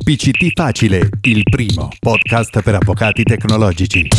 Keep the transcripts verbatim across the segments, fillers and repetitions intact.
P C T Facile, il primo podcast per avvocati tecnologici.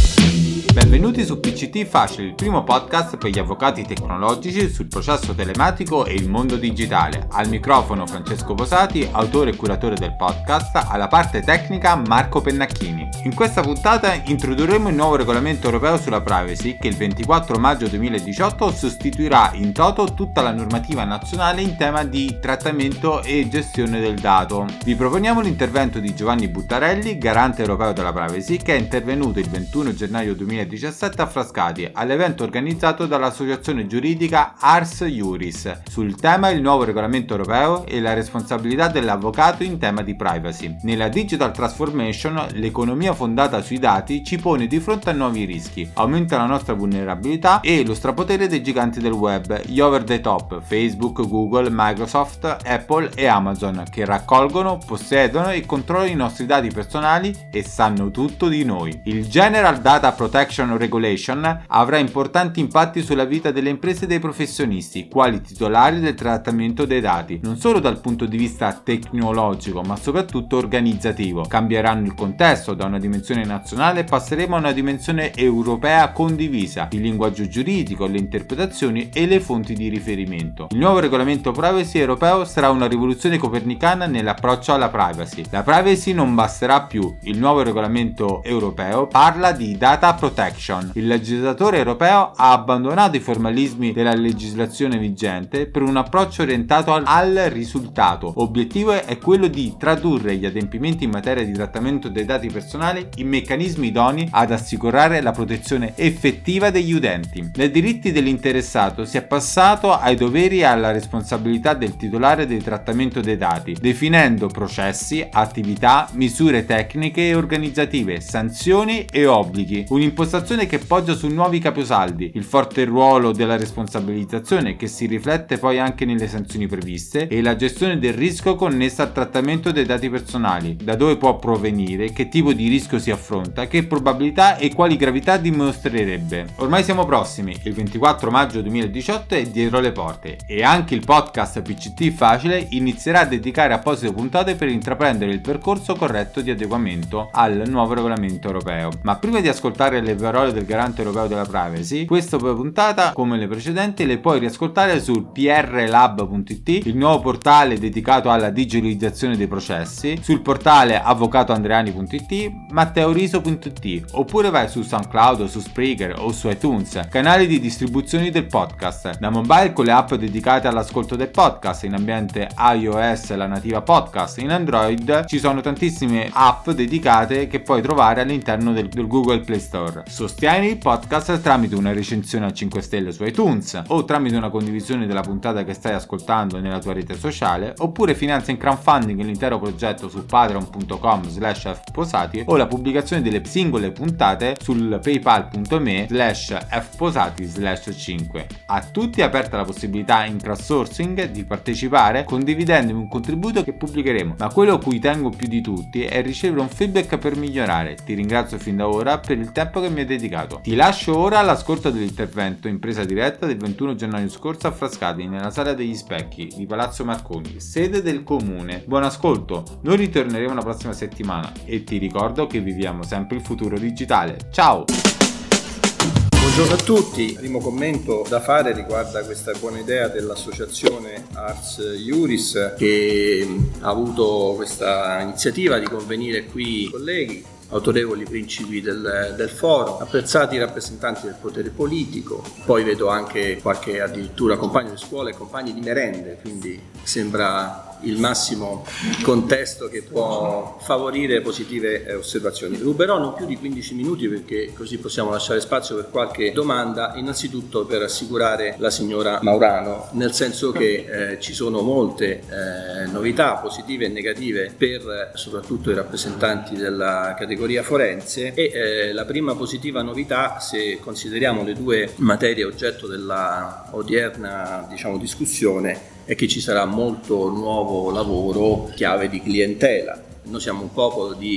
Benvenuti su P C T Facile, il primo podcast per gli avvocati tecnologici sul processo telematico e il mondo digitale. Al microfono Francesco Posati, autore e curatore del podcast, alla parte tecnica Marco Pennacchini. In questa puntata introdurremo il nuovo regolamento europeo sulla privacy che il ventiquattro maggio duemiladiciotto sostituirà in toto tutta la normativa nazionale in tema di trattamento e gestione del dato. Vi proponiamo l'intervento di Giovanni Buttarelli, garante europeo della privacy, che è intervenuto il ventuno gennaio duemiladiciotto a Frascati all'evento organizzato dall'associazione giuridica Ars Iuris sul tema il nuovo regolamento europeo e la responsabilità dell'avvocato in tema di privacy. Nella digital transformation l'economia fondata sui dati ci pone di fronte a nuovi rischi, aumenta la nostra vulnerabilità e lo strapotere dei giganti del web, gli over the top, Facebook, Google, Microsoft, Apple e Amazon, che raccolgono, possiedono e controllano i nostri dati personali e sanno tutto di noi. Il General Data Protection Regulation avrà importanti impatti sulla vita delle imprese e dei professionisti, quali titolari del trattamento dei dati, non solo dal punto di vista tecnologico, ma soprattutto organizzativo. Cambieranno il contesto, da una dimensione nazionale passeremo a una dimensione europea condivisa, il linguaggio giuridico, le interpretazioni e le fonti di riferimento. Il nuovo regolamento privacy europeo sarà una rivoluzione copernicana nell'approccio alla privacy. La privacy non basterà più. Il nuovo regolamento europeo parla di data protection. Il legislatore europeo ha abbandonato i formalismi della legislazione vigente per un approccio orientato al, al risultato. L'obiettivo è quello di tradurre gli adempimenti in materia di trattamento dei dati personali in meccanismi idonei ad assicurare la protezione effettiva degli utenti. Dai diritti dell'interessato si è passato ai doveri e alla responsabilità del titolare del trattamento dei dati, definendo processi, attività, misure tecniche e organizzative, sanzioni e obblighi. Un'impostazione che poggia su nuovi capisaldi, il forte ruolo della responsabilizzazione che si riflette poi anche nelle sanzioni previste e la gestione del rischio connessa al trattamento dei dati personali, da dove può provenire, che tipo di rischio si affronta, che probabilità e quali gravità dimostrerebbe. Ormai siamo prossimi, il ventiquattro maggio duemiladiciotto è dietro le porte e anche il podcast P C T Facile inizierà a dedicare apposite puntate per intraprendere il percorso corretto di adeguamento al nuovo regolamento europeo. Ma prima di ascoltare le parole del garante europeo della privacy, questa puntata, come le precedenti, le puoi riascoltare sul p r lab punto i t, il nuovo portale dedicato alla digitalizzazione dei processi, sul portale avvocato andreani punto i t, matteoriso punto i t, oppure vai su SoundCloud o su Spreaker o su iTunes, canali di distribuzione del podcast, da mobile con le app dedicate all'ascolto del podcast, in ambiente iOS la nativa podcast, in Android ci sono tantissime app dedicate che puoi trovare all'interno del, del Google Play Store. Sostieni il podcast tramite una recensione a cinque stelle su iTunes o tramite una condivisione della puntata che stai ascoltando nella tua rete sociale, oppure finanzia in crowdfunding l'intero progetto su patreon punto com slash fposati o la pubblicazione delle singole puntate sul paypal punto me slash fposati slash cinque. A tutti è aperta la possibilità in crowdsourcing di partecipare condividendomi un contributo che pubblicheremo, ma quello a cui tengo più di tutti è ricevere un feedback per migliorare. Ti ringrazio fin da ora per il tempo che mi hai dedicato. Ti lascio ora all'ascolto dell'intervento in presa diretta del ventuno gennaio scorso a Frascati nella Sala degli Specchi di Palazzo Marconi, sede del comune. Buon ascolto, noi ritorneremo la prossima settimana e ti ricordo che viviamo sempre il futuro digitale. Ciao! Buongiorno a tutti, il primo commento da fare riguarda questa buona idea dell'associazione Ars Iuris che ha avuto questa iniziativa di convenire qui colleghi, autorevoli principi del, del foro, apprezzati rappresentanti del potere politico, poi vedo anche qualche addirittura compagno di scuola e compagni di merende, quindi sembra il massimo contesto che può favorire positive eh, osservazioni. Ruberò non più di quindici minuti perché così possiamo lasciare spazio per qualche domanda, innanzitutto per rassicurare la signora Maurano, nel senso che eh, ci sono molte eh, novità positive e negative per eh, soprattutto i rappresentanti della categoria forense e eh, la prima positiva novità, se consideriamo le due materie oggetto della odierna diciamo discussione, è che ci sarà molto nuovo lavoro chiave di clientela. Noi siamo un popolo di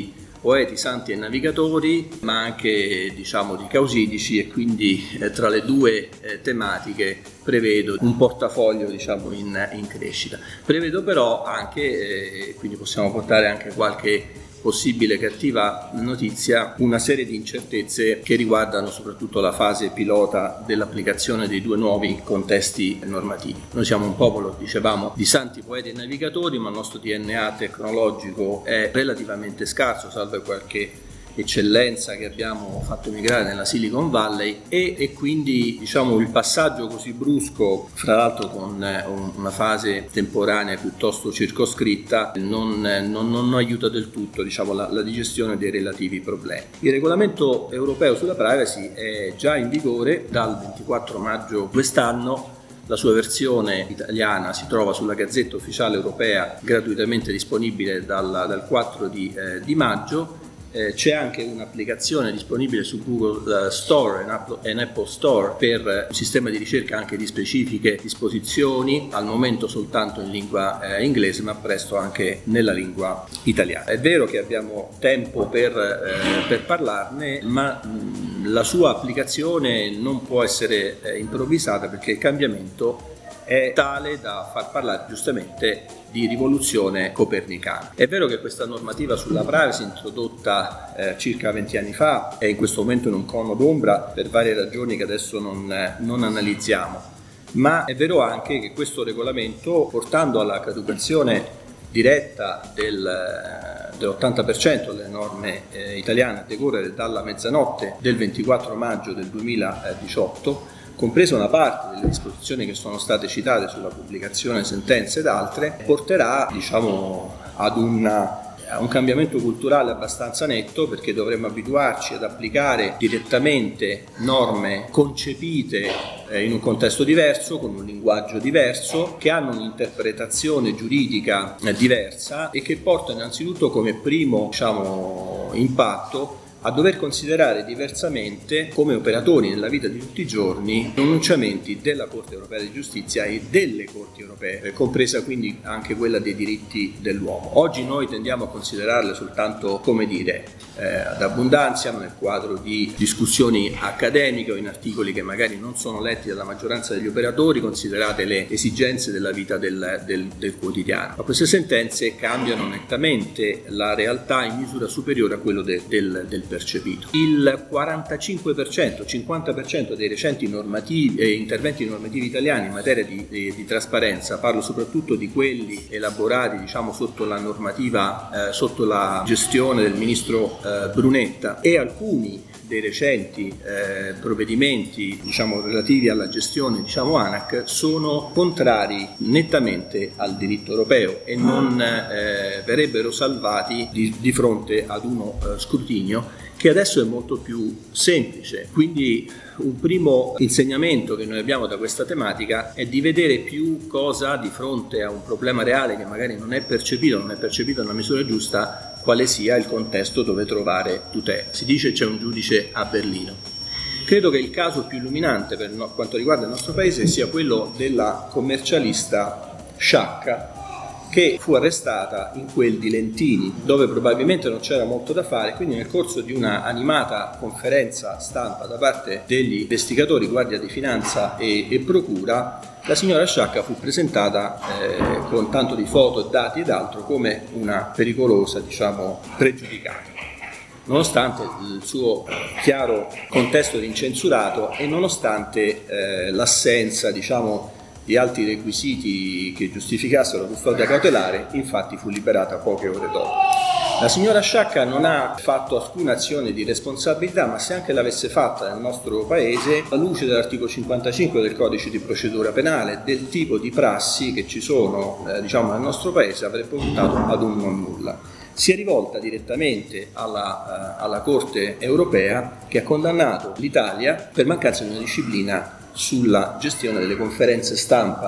poeti, santi e navigatori, ma anche diciamo di causidici, e quindi eh, tra le due eh, tematiche prevedo un portafoglio diciamo in, in crescita. Prevedo però anche, eh, quindi possiamo portare anche qualche possibile cattiva notizia, una serie di incertezze che riguardano soprattutto la fase pilota dell'applicazione dei due nuovi contesti normativi. Noi siamo un popolo, dicevamo, di santi, poeti e navigatori, ma il nostro D N A tecnologico è relativamente scarso, salvo qualche eccellenza che abbiamo fatto migrare nella Silicon Valley, e, e quindi diciamo il passaggio così brusco, fra l'altro con eh, un, una fase temporanea piuttosto circoscritta, non, non, non aiuta del tutto diciamo, la, la digestione dei relativi problemi. Il regolamento europeo sulla privacy è già in vigore dal ventiquattro maggio quest'anno. La sua versione italiana si trova sulla Gazzetta Ufficiale Europea, gratuitamente disponibile dal, dal quattro di, eh, di maggio. Eh, c'è anche un'applicazione disponibile su Google uh, Store e in Apple Store per uh, un sistema di ricerca anche di specifiche disposizioni, al momento soltanto in lingua eh, inglese, ma presto anche nella lingua italiana. È vero che abbiamo tempo per, eh, per parlarne, ma mh, la sua applicazione non può essere eh, improvvisata, perché il cambiamento è tale da far parlare giustamente di rivoluzione copernicana. È vero che questa normativa sulla privacy, introdotta eh, circa venti anni fa, è in questo momento in un cono d'ombra per varie ragioni che adesso non, eh, non analizziamo, ma è vero anche che questo regolamento, portando alla caducazione diretta del, dell'ottanta per cento delle norme eh, italiane a decorrere dalla mezzanotte del ventiquattro maggio del duemiladiciotto, compresa una parte delle disposizioni che sono state citate sulla pubblicazione sentenze ed altre, porterà diciamo ad una, a un cambiamento culturale abbastanza netto, perché dovremmo abituarci ad applicare direttamente norme concepite eh, in un contesto diverso, con un linguaggio diverso, che hanno un'interpretazione giuridica eh, diversa e che portano innanzitutto come primo diciamo, impatto a dover considerare diversamente come operatori nella vita di tutti i giorni pronunciamenti della Corte Europea di Giustizia e delle Corti Europee, compresa quindi anche quella dei diritti dell'uomo. Oggi noi tendiamo a considerarle soltanto, come dire, eh, ad abbondanza, nel quadro di discussioni accademiche o in articoli che magari non sono letti dalla maggioranza degli operatori, considerate le esigenze della vita del, del, del quotidiano. Ma queste sentenze cambiano nettamente la realtà in misura superiore a quello de, del, del percepito. Il quarantacinque per cento, cinquanta per cento dei recenti normativi, eh, interventi normativi italiani in materia di, di, di trasparenza, parlo soprattutto di quelli elaborati diciamo sotto la normativa, eh, sotto la gestione del ministro eh, Brunetta, e alcuni dei recenti eh, provvedimenti diciamo relativi alla gestione diciamo ANAC sono contrari nettamente al diritto europeo e non eh, verrebbero salvati di, di fronte ad uno eh, scrutinio che adesso è molto più semplice. Quindi un primo insegnamento che noi abbiamo da questa tematica è di vedere più cosa di fronte a un problema reale che magari non è percepito, non è percepito nella misura giusta, quale sia il contesto dove trovare tutela. Si dice c'è un giudice a Berlino. Credo che il caso più illuminante per no, quanto riguarda il nostro paese sia quello della commercialista Sciacca, che fu arrestata in quel di Lentini, dove probabilmente non c'era molto da fare. Quindi nel corso di una animata conferenza stampa da parte degli investigatori, Guardia di Finanza e, e Procura, la signora Sciacca fu presentata eh, con tanto di foto, dati ed altro come una pericolosa, diciamo, pregiudicata, nonostante il suo chiaro contesto di incensurato e nonostante eh, l'assenza, diciamo, di altri requisiti che giustificassero la custodia cautelare. Infatti fu liberata poche ore dopo. La signora Sciacca non ha fatto alcuna azione di responsabilità, ma se anche l'avesse fatta nel nostro paese, alla luce dell'articolo cinquantacinque del codice di procedura penale, del tipo di prassi che ci sono eh, diciamo nel nostro paese, avrebbe portato ad un non nulla. Si è rivolta direttamente alla, uh, alla Corte Europea, che ha condannato l'Italia per mancanza di una disciplina sulla gestione delle conferenze stampa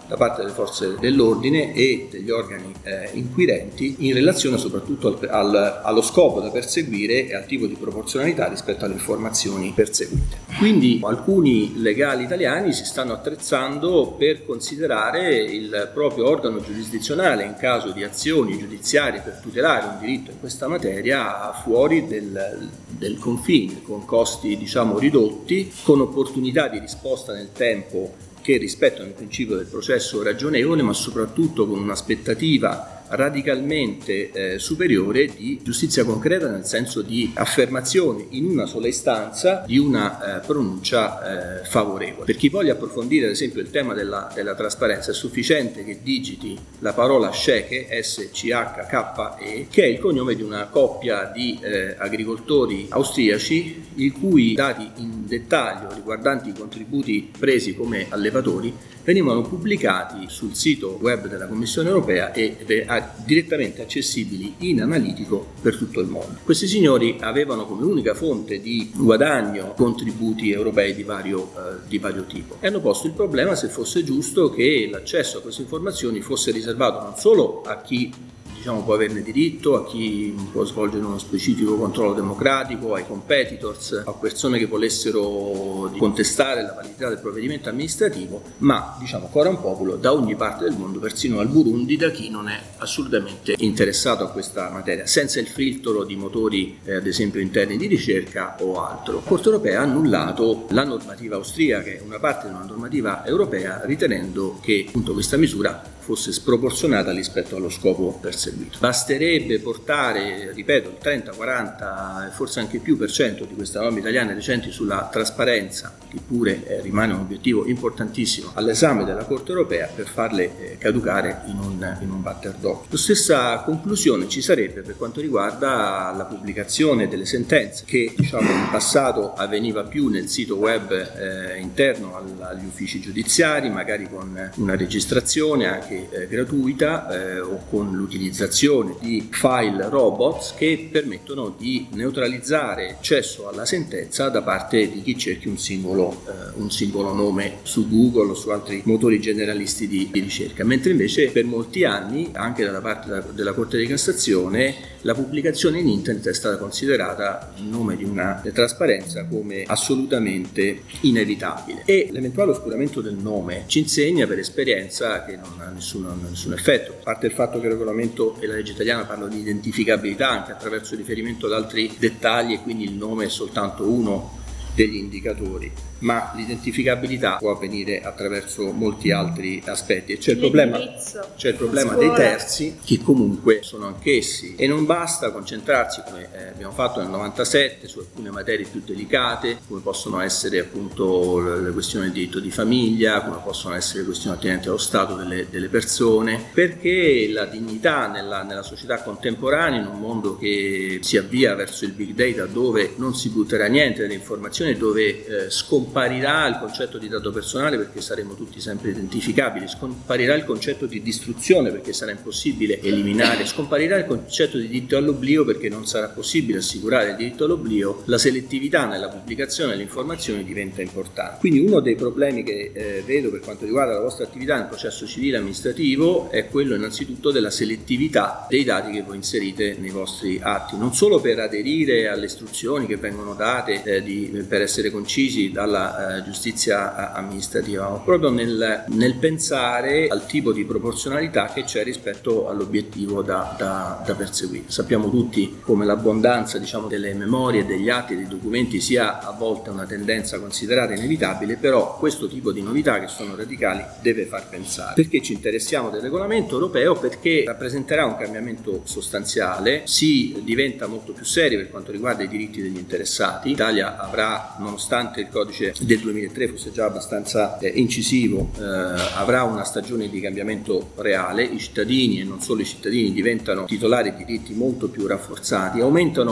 da parte delle forze dell'ordine e degli organi eh, inquirenti in relazione soprattutto al, al, allo scopo da perseguire e al tipo di proporzionalità rispetto alle informazioni perseguite. Quindi alcuni legali italiani si stanno attrezzando per considerare il proprio organo giurisdizionale in caso di azioni giudiziarie per tutelare un diritto in questa materia fuori del, del confine, con costi diciamo ridotti, con opportunità di risposta nel tempo che rispettano il principio del processo ragionevole, ma soprattutto con un'aspettativa radicalmente eh, superiore di giustizia concreta, nel senso di affermazione in una sola istanza di una eh, pronuncia eh, favorevole. Per chi voglia approfondire ad esempio il tema della, della trasparenza è sufficiente che digiti la parola Scheke, S C H K E, che è il cognome di una coppia di eh, agricoltori austriaci i cui dati in dettaglio riguardanti i contributi presi come allevatori venivano pubblicati sul sito web della Commissione europea e direttamente accessibili in analitico per tutto il mondo. Questi signori avevano come unica fonte di guadagno contributi europei di vario, eh, di vario tipo e hanno posto il problema se fosse giusto che l'accesso a queste informazioni fosse riservato non solo a chi diciamo può averne diritto, a chi può svolgere uno specifico controllo democratico, ai competitors, a persone che volessero contestare la validità del provvedimento amministrativo, ma diciamo coram populo da ogni parte del mondo, persino al Burundi, da chi non è assolutamente interessato a questa materia, senza il filtro di motori eh, ad esempio interni di ricerca o altro. La Corte europea ha annullato la normativa austriaca, che è una parte di una normativa europea, ritenendo che appunto questa misura fosse sproporzionata rispetto allo scopo perseguito. Basterebbe portare, ripeto, il trenta, quaranta e forse anche più per cento di queste norme italiane recenti sulla trasparenza, che pure eh, rimane un obiettivo importantissimo, all'esame della Corte europea per farle eh, caducare in un, in un batter d'occhio. La stessa conclusione ci sarebbe per quanto riguarda la pubblicazione delle sentenze, che diciamo in passato avveniva più nel sito web eh, interno al, agli uffici giudiziari, magari con una registrazione anche Eh, gratuita eh, o con l'utilizzazione di file robots che permettono di neutralizzare l'accesso alla sentenza da parte di chi cerchi un singolo, eh, un singolo nome su Google o su altri motori generalisti di, di ricerca, mentre invece per molti anni anche dalla parte della, della Corte di Cassazione la pubblicazione in internet è stata considerata in nome di una trasparenza come assolutamente inevitabile, e l'eventuale oscuramento del nome ci insegna per esperienza che non ha Nessun, nessun effetto, a parte il fatto che il regolamento e la legge italiana parlano di identificabilità anche attraverso riferimento ad altri dettagli e quindi il nome è soltanto uno degli indicatori, ma l'identificabilità può avvenire attraverso molti altri aspetti e c'è il problema, c'è il problema dei terzi che comunque sono anch'essi, e non basta concentrarsi come eh, abbiamo fatto nel novantasette su alcune materie più delicate come possono essere appunto le questioni del diritto di famiglia, come possono essere le questioni attinenti allo stato delle, delle persone, perché la dignità nella, nella società contemporanea, in un mondo che si avvia verso il big data dove non si butterà niente delle informazioni, dove eh, scomparirà il concetto di dato personale perché saremo tutti sempre identificabili, scomparirà il concetto di distruzione perché sarà impossibile eliminare, scomparirà il concetto di diritto all'oblio perché non sarà possibile assicurare il diritto all'oblio, la selettività nella pubblicazione delle informazioni diventa importante. Quindi uno dei problemi che eh, vedo per quanto riguarda la vostra attività nel processo civile amministrativo è quello innanzitutto della selettività dei dati che voi inserite nei vostri atti, non solo per aderire alle istruzioni che vengono date eh, di per essere concisi dalla eh, giustizia amministrativa, ma proprio nel, nel pensare al tipo di proporzionalità che c'è rispetto all'obiettivo da, da, da perseguire. Sappiamo tutti come l'abbondanza diciamo, delle memorie, degli atti, dei documenti sia a volte una tendenza considerata inevitabile, però questo tipo di novità che sono radicali deve far pensare. Perché ci interessiamo del regolamento europeo? Perché rappresenterà un cambiamento sostanziale, si diventa molto più serio per quanto riguarda i diritti degli interessati. L'Italia avrà, nonostante il codice del duemilatré fosse già abbastanza eh, incisivo, eh, avrà una stagione di cambiamento reale, i cittadini e non solo i cittadini diventano titolari di diritti molto più rafforzati, aumentano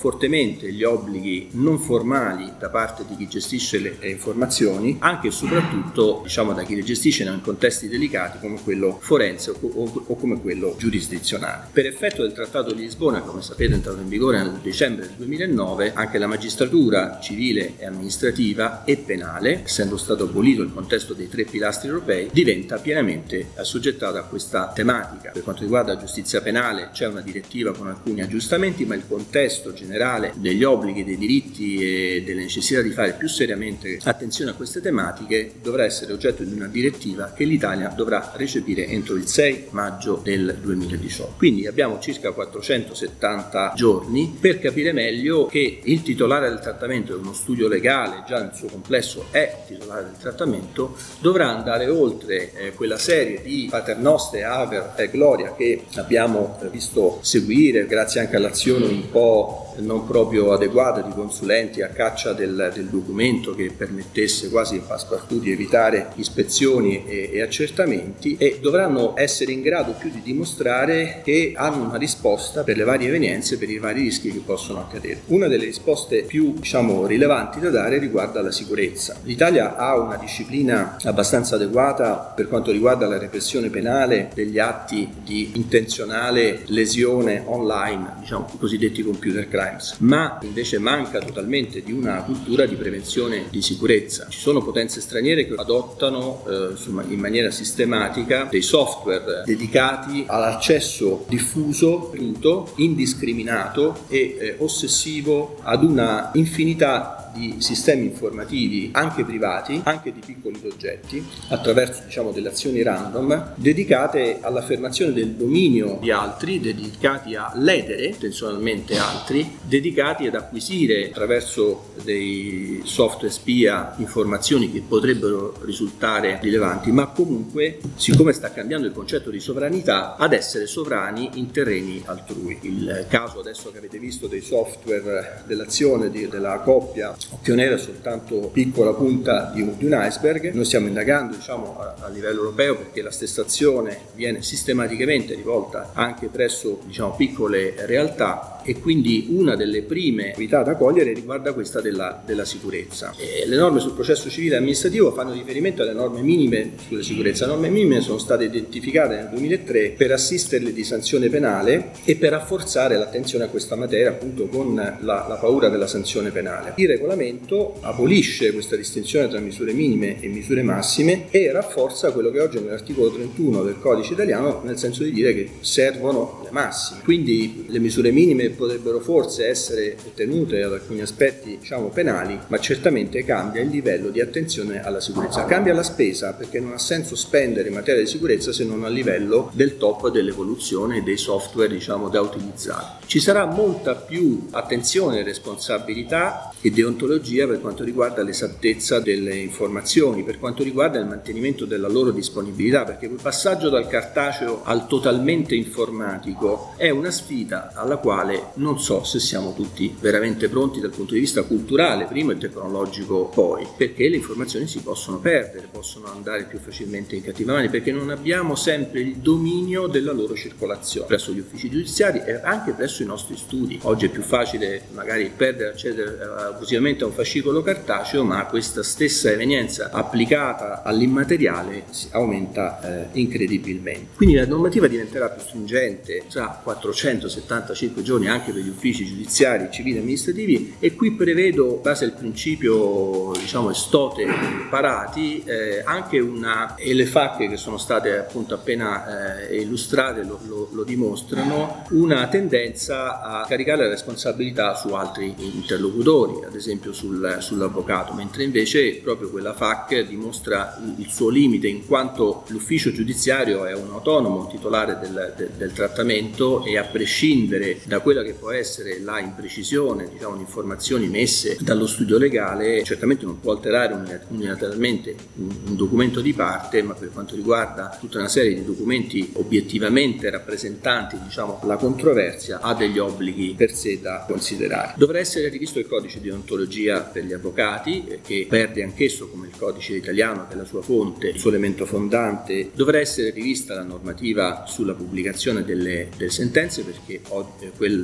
fortemente gli obblighi non formali da parte di chi gestisce le, le informazioni, anche e soprattutto diciamo da chi le gestisce in contesti delicati come quello forense o, o, o come quello giurisdizionale. Per effetto del Trattato di Lisbona, come sapete è entrato in vigore nel dicembre del duemilanove, anche la magistratura civile e amministrativa e penale, essendo stato abolito il contesto dei tre pilastri europei, diventa pienamente assoggettata a questa tematica. Per quanto riguarda la giustizia penale c'è una direttiva con alcuni aggiustamenti, ma il contesto generale degli obblighi, dei diritti e delle necessità di fare più seriamente attenzione a queste tematiche dovrà essere oggetto di una direttiva che l'Italia dovrà recepire entro il sei maggio del duemiladiciotto. Quindi abbiamo circa quattrocentosettanta giorni per capire meglio che il titolare del trattamento, uno studio legale già nel suo complesso è titolare del trattamento, dovrà andare oltre eh, quella serie di paternoste, aver e gloria che abbiamo eh, visto seguire grazie anche all'azione un po' non proprio adeguata di consulenti a caccia del, del documento che permettesse quasi in passepartout di evitare ispezioni e, e accertamenti, e dovranno essere in grado più di dimostrare che hanno una risposta per le varie evenienze, per i vari rischi che possono accadere. Una delle risposte più diciamo rilevanti da dare riguarda la sicurezza. L'Italia ha una disciplina abbastanza adeguata per quanto riguarda la repressione penale degli atti di intenzionale lesione online, diciamo i cosiddetti computer crime, ma invece manca totalmente di una cultura di prevenzione di sicurezza. Ci sono potenze straniere che adottano eh, insomma, in maniera sistematica dei software dedicati all'accesso diffuso, tutto, indiscriminato e eh, ossessivo ad una infinità di sistemi informativi anche privati, anche di piccoli soggetti, attraverso diciamo delle azioni random dedicate all'affermazione del dominio di altri, dedicati a ledere intenzionalmente altri, dedicati ad acquisire attraverso dei software spia informazioni che potrebbero risultare rilevanti, ma comunque, siccome sta cambiando il concetto di sovranità, ad essere sovrani in terreni altrui. Il caso adesso che avete visto dei software dell'azione di, della coppia Occhio Nero è soltanto piccola punta di un, di un iceberg. Noi stiamo indagando diciamo a, a livello europeo perché la stessa azione viene sistematicamente rivolta anche presso diciamo piccole realtà, e quindi una delle prime novità da cogliere riguarda questa della, della sicurezza. E le norme sul processo civile e amministrativo fanno riferimento alle norme minime sulla sicurezza. Le norme minime sono state identificate nel duemilatré per assisterle di sanzione penale e per rafforzare l'attenzione a questa materia appunto con la, la paura della sanzione penale. Il regolamento abolisce questa distinzione tra misure minime e misure massime e rafforza quello che oggi è nell'articolo trentuno del codice italiano, nel senso di dire che servono le massime. Quindi le misure minime potrebbero forse essere tenute ad alcuni aspetti diciamo penali, ma certamente cambia il livello di attenzione alla sicurezza. Cambia la spesa perché non ha senso spendere in materia di sicurezza se non a livello del top dell'evoluzione dei software diciamo da utilizzare. Ci sarà molta più attenzione e responsabilità e deontologia per quanto riguarda l'esattezza delle informazioni, per quanto riguarda il mantenimento della loro disponibilità, perché quel passaggio dal cartaceo al totalmente informatico è una sfida alla quale non so se siamo tutti veramente pronti dal punto di vista culturale prima e tecnologico poi, perché le informazioni si possono perdere, possono andare più facilmente in cattive mani, perché non abbiamo sempre il dominio della loro circolazione presso gli uffici giudiziari e anche presso i nostri studi. Oggi è più facile magari perdere, accedere abusivamente a un fascicolo cartaceo, ma questa stessa evenienza applicata all'immateriale si aumenta eh, incredibilmente. Quindi la normativa diventerà più stringente tra quattrocentosettantacinque giorni anche per gli uffici giudiziari, civili e amministrativi, e qui prevedo, in base al principio diciamo estote parati, eh, anche una, e le F A Q che sono state appunto appena eh, illustrate lo, lo, lo dimostrano, una tendenza a caricare la responsabilità su altri interlocutori, ad esempio sul, sull'avvocato, mentre invece proprio quella F A Q dimostra il suo limite in quanto l'ufficio giudiziario è un autonomo titolare del, del, del trattamento, e a prescindere da quella che può essere la imprecisione diciamo di informazioni messe dallo studio legale, certamente non può alterare unilateralmente un, un documento di parte, ma per quanto riguarda tutta una serie di documenti obiettivamente rappresentanti diciamo la controversia ha degli obblighi per sé da considerare. Dovrà essere rivisto il codice di deontologia per gli avvocati, eh, che perde anch'esso come il codice italiano che è la sua fonte, il suo elemento fondante. Dovrà essere rivista la normativa sulla pubblicazione delle, delle sentenze, perché oggi, eh, quel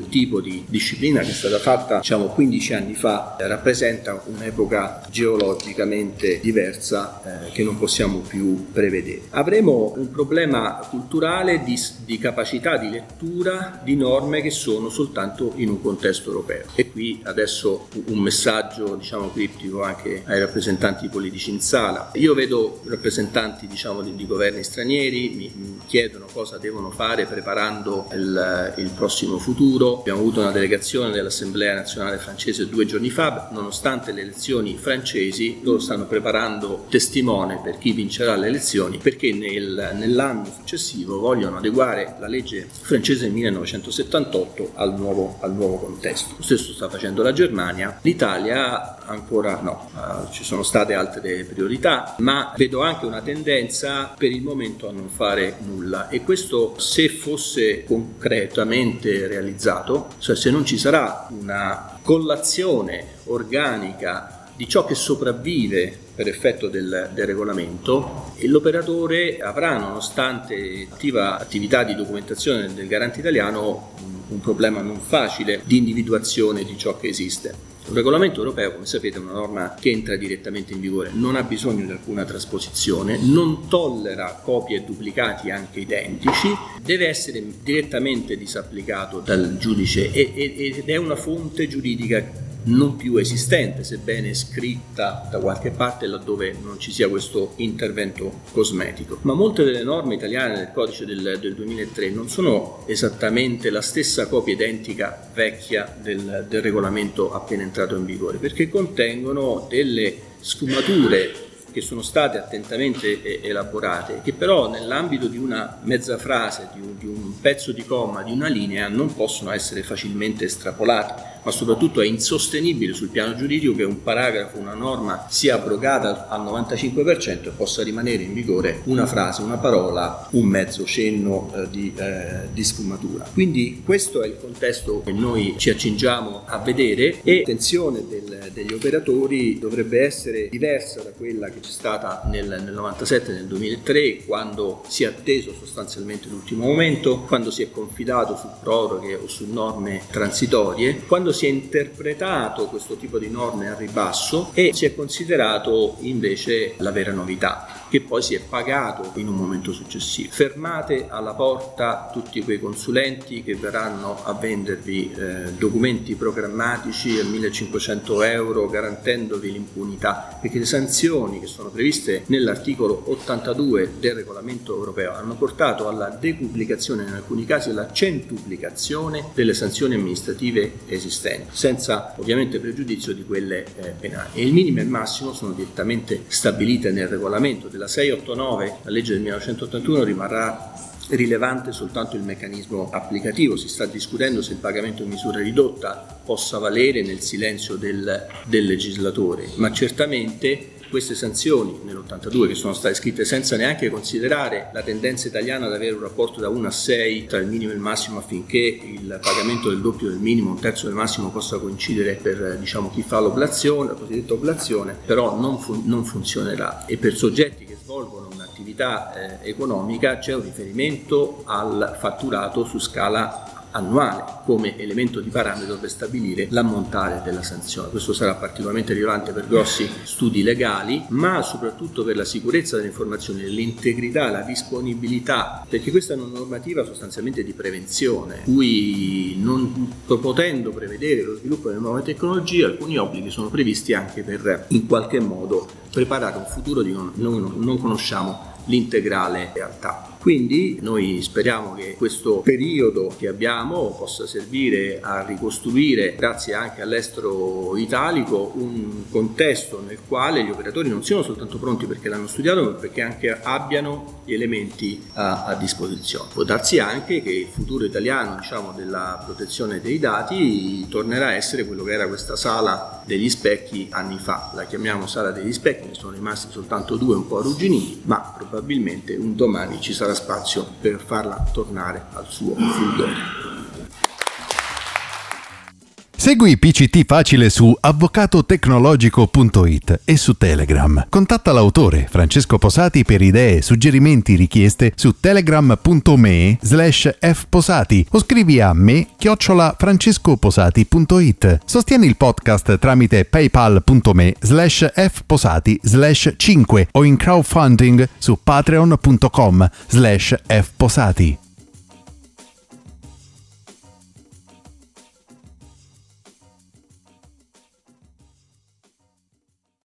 questo tipo di disciplina che è stata fatta diciamo quindici anni fa eh, rappresenta un'epoca geologicamente diversa eh, che non possiamo più prevedere. Avremo un problema culturale di, di capacità di lettura di norme che sono soltanto in un contesto europeo. E qui adesso un messaggio diciamo criptico anche ai rappresentanti politici in sala. Io vedo rappresentanti diciamo di, di governi stranieri, mi, mi chiedono cosa devono fare preparando il, il prossimo futuro. Abbiamo avuto una delegazione dell'Assemblea nazionale francese due giorni fa, nonostante le elezioni francesi loro stanno preparando testimone per chi vincerà le elezioni, perché nel, nell'anno successivo vogliono adeguare la legge francese del millenovecentosettantotto al nuovo, al nuovo contesto. Lo stesso sta facendo la Germania, l'Italia ancora no, uh, ci sono state altre priorità, ma vedo anche una tendenza per il momento a non fare nulla, e questo, se fosse concretamente realizzato, cioè se non ci sarà una collazione organica di ciò che sopravvive per effetto del, del regolamento, e l'operatore avrà, nonostante attiva attività di documentazione del garante italiano, un, un problema non facile di individuazione di ciò che esiste. Un regolamento europeo, come sapete, è una norma che entra direttamente in vigore, non ha bisogno di alcuna trasposizione, non tollera copie e duplicati anche identici, deve essere direttamente disapplicato dal giudice ed è una fonte giuridica non più esistente, sebbene scritta da qualche parte laddove non ci sia questo intervento cosmetico. Ma molte delle norme italiane del codice del, del duemilatré non sono esattamente la stessa copia identica vecchia del, del regolamento appena entrato in vigore, perché contengono delle sfumature che sono state attentamente elaborate, che però nell'ambito di una mezza frase, di un, di un pezzo di comma, di una linea, non possono essere facilmente estrapolate, ma soprattutto è insostenibile sul piano giuridico che un paragrafo, una norma sia abrogata al novantacinque per cento e possa rimanere in vigore una frase, una parola, un mezzo cenno eh, di, eh, di sfumatura. Quindi questo è il contesto che noi ci accingiamo a vedere, e l'attenzione del, degli operatori dovrebbe essere diversa da quella che c'è stata nel, nel novantasette e nel duemilatré, quando si è atteso sostanzialmente l'ultimo momento, quando si è confidato su proroghe o su norme transitorie, quando si è interpretato questo tipo di norme al ribasso e si è considerato invece la vera novità, che poi si è pagato in un momento successivo. Fermate alla porta tutti quei consulenti che verranno a vendervi eh, documenti programmatici a millecinquecento euro garantendovi l'impunità, perché le sanzioni che sono previste nell'articolo ottantadue del regolamento europeo hanno portato alla decuplicazione, in alcuni casi alla centuplicazione delle sanzioni amministrative esistenti, senza ovviamente pregiudizio di quelle eh, penali. E il minimo e il massimo sono direttamente stabilite nel regolamento della seicentottantanove, la legge del millenovecentottantuno. Rimarrà rilevante soltanto il meccanismo applicativo. Si sta discutendo se il pagamento in misura ridotta possa valere nel silenzio del, del legislatore, ma certamente queste sanzioni nell'ottantadue, che sono state scritte senza neanche considerare la tendenza italiana ad avere un rapporto da uno a sei tra il minimo e il massimo, affinché il pagamento del doppio del minimo, un terzo del massimo, possa coincidere per diciamo chi fa l'oblazione, la cosiddetta oblazione, però non, fun- non funzionerà. E per soggetti che svolgono un'attività eh, economica c'è un riferimento al fatturato su scala annuale come elemento di parametro per stabilire l'ammontare della sanzione. Questo sarà particolarmente rilevante per grossi studi legali, ma soprattutto per la sicurezza delle informazioni, l'integrità, la disponibilità, perché questa è una normativa sostanzialmente di prevenzione, cui non potendo prevedere lo sviluppo delle nuove tecnologie, alcuni obblighi sono previsti anche per in qualche modo preparare un futuro di cui non, non conosciamo l'integrale realtà. Quindi noi speriamo che questo periodo che abbiamo possa servire a ricostruire, grazie anche all'estero italico, un contesto nel quale gli operatori non siano soltanto pronti perché l'hanno studiato, ma perché anche abbiano gli elementi a, a disposizione. Può darsi anche che il futuro italiano, diciamo, della protezione dei dati tornerà a essere quello che era questa sala degli specchi anni fa. La chiamiamo sala degli specchi, ne sono rimasti soltanto due un po' arrugginiti, ma probabilmente un domani ci sarà spazio per farla tornare al suo fulgore. Segui P C T Facile su avvocato tecnologico punto it e su Telegram. Contatta l'autore Francesco Posati per idee, suggerimenti, richieste su telegram punto me slash fposati o scrivi a me chiocciola francescoposati punto it. Sostieni il podcast tramite paypal punto me slash fposati slash cinque o in crowdfunding su patreon punto com slash fposati.